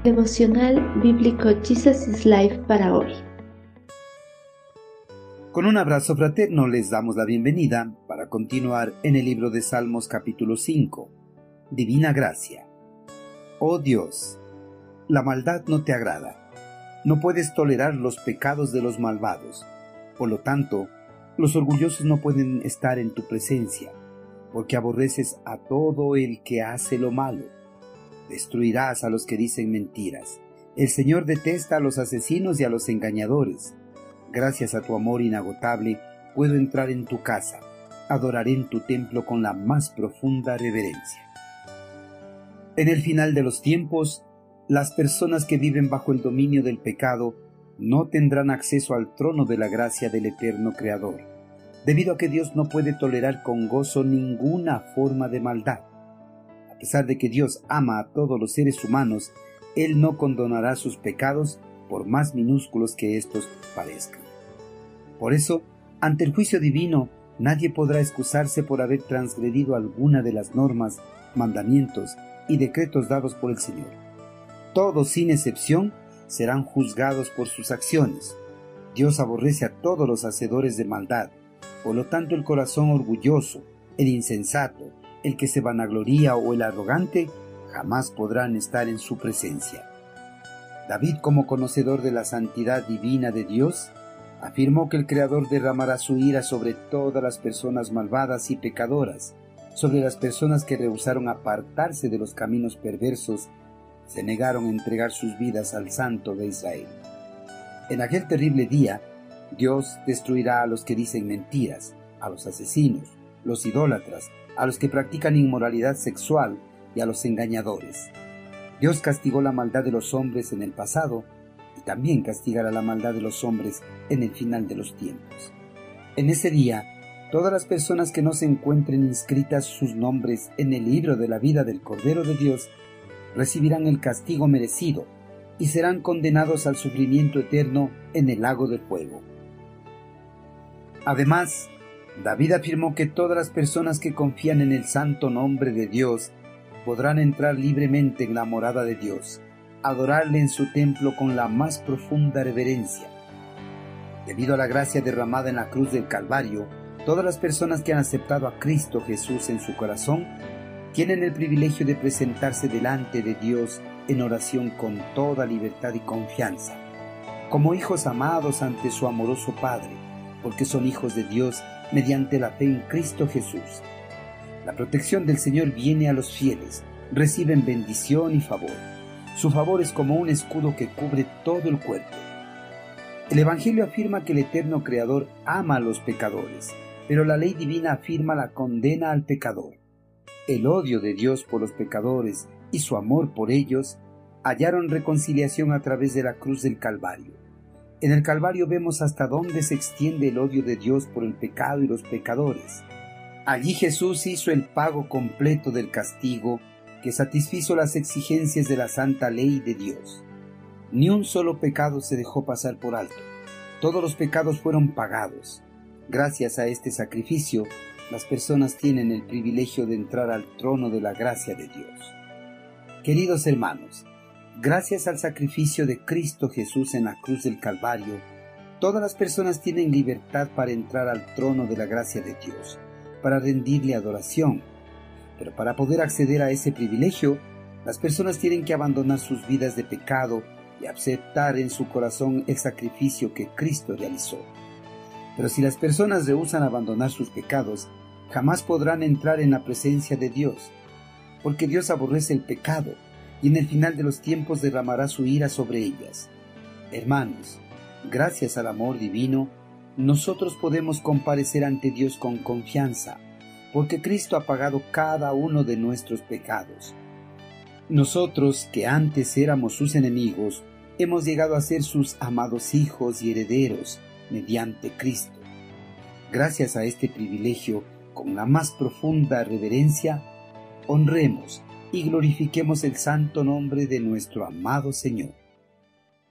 Devocional Bíblico Jesus is Life para hoy. Con un abrazo fraterno les damos la bienvenida para continuar en el libro de Salmos capítulo 5. Divina Gracia. Oh Dios, la maldad no te agrada. No puedes tolerar los pecados de los malvados. Por lo tanto, los orgullosos no pueden estar en tu presencia, porque aborreces a todo el que hace lo malo. Destruirás a los que dicen mentiras. El Señor detesta a los asesinos y a los engañadores. Gracias a tu amor inagotable, puedo entrar en tu casa. Adoraré en tu templo con la más profunda reverencia. En el final de los tiempos, las personas que viven bajo el dominio del pecado no tendrán acceso al trono de la gracia del eterno Creador, debido a que Dios no puede tolerar con gozo ninguna forma de maldad. A pesar de que Dios ama a todos los seres humanos, Él no condonará sus pecados por más minúsculos que éstos parezcan. Por eso, ante el juicio divino, nadie podrá excusarse por haber transgredido alguna de las normas, mandamientos y decretos dados por el Señor. Todos, sin excepción, serán juzgados por sus acciones. Dios aborrece a todos los hacedores de maldad. Por lo tanto, el corazón orgulloso, el insensato, el que se vanagloría o el arrogante, jamás podrán estar en su presencia. David, como conocedor de la santidad divina de Dios, afirmó que el Creador derramará su ira sobre todas las personas malvadas y pecadoras, sobre las personas que rehusaron apartarse de los caminos perversos, se negaron a entregar sus vidas al Santo de Israel. En aquel terrible día, Dios destruirá a los que dicen mentiras, a los asesinos, los idólatras, a los que practican inmoralidad sexual y a los engañadores. Dios castigó la maldad de los hombres en el pasado y también castigará la maldad de los hombres en el final de los tiempos. En ese día, todas las personas que no se encuentren inscritas sus nombres en el libro de la vida del Cordero de Dios recibirán el castigo merecido y serán condenados al sufrimiento eterno en el lago de fuego. Además, David afirmó que todas las personas que confían en el santo nombre de Dios podrán entrar libremente en la morada de Dios, adorarle en su templo con la más profunda reverencia. Debido a la gracia derramada en la cruz del Calvario, todas las personas que han aceptado a Cristo Jesús en su corazón tienen el privilegio de presentarse delante de Dios en oración con toda libertad y confianza, como hijos amados ante su amoroso Padre, porque son hijos de Dios mediante la fe en Cristo Jesús. La protección del Señor viene a los fieles, reciben bendición y favor. Su favor es como un escudo que cubre todo el cuerpo. El Evangelio afirma que el eterno Creador ama a los pecadores, pero la ley divina afirma la condena al pecador. El odio de Dios por los pecadores y su amor por ellos hallaron reconciliación a través de la cruz del Calvario. En el Calvario vemos hasta dónde se extiende el odio de Dios por el pecado y los pecadores. Allí Jesús hizo el pago completo del castigo que satisfizo las exigencias de la santa ley de Dios. Ni un solo pecado se dejó pasar por alto. Todos los pecados fueron pagados. Gracias a este sacrificio, las personas tienen el privilegio de entrar al trono de la gracia de Dios. Queridos hermanos, gracias al sacrificio de Cristo Jesús en la cruz del Calvario, todas las personas tienen libertad para entrar al trono de la gracia de Dios, para rendirle adoración. Pero para poder acceder a ese privilegio, las personas tienen que abandonar sus vidas de pecado y aceptar en su corazón el sacrificio que Cristo realizó. Pero si las personas rehúsan abandonar sus pecados, jamás podrán entrar en la presencia de Dios, porque Dios aborrece el pecado y en el final de los tiempos derramará su ira sobre ellas. Hermanos, gracias al amor divino, nosotros podemos comparecer ante Dios con confianza, porque Cristo ha pagado cada uno de nuestros pecados. Nosotros, que antes éramos sus enemigos, hemos llegado a ser sus amados hijos y herederos mediante Cristo. Gracias a este privilegio, con la más profunda reverencia, honremos y glorifiquemos el santo nombre de nuestro amado Señor.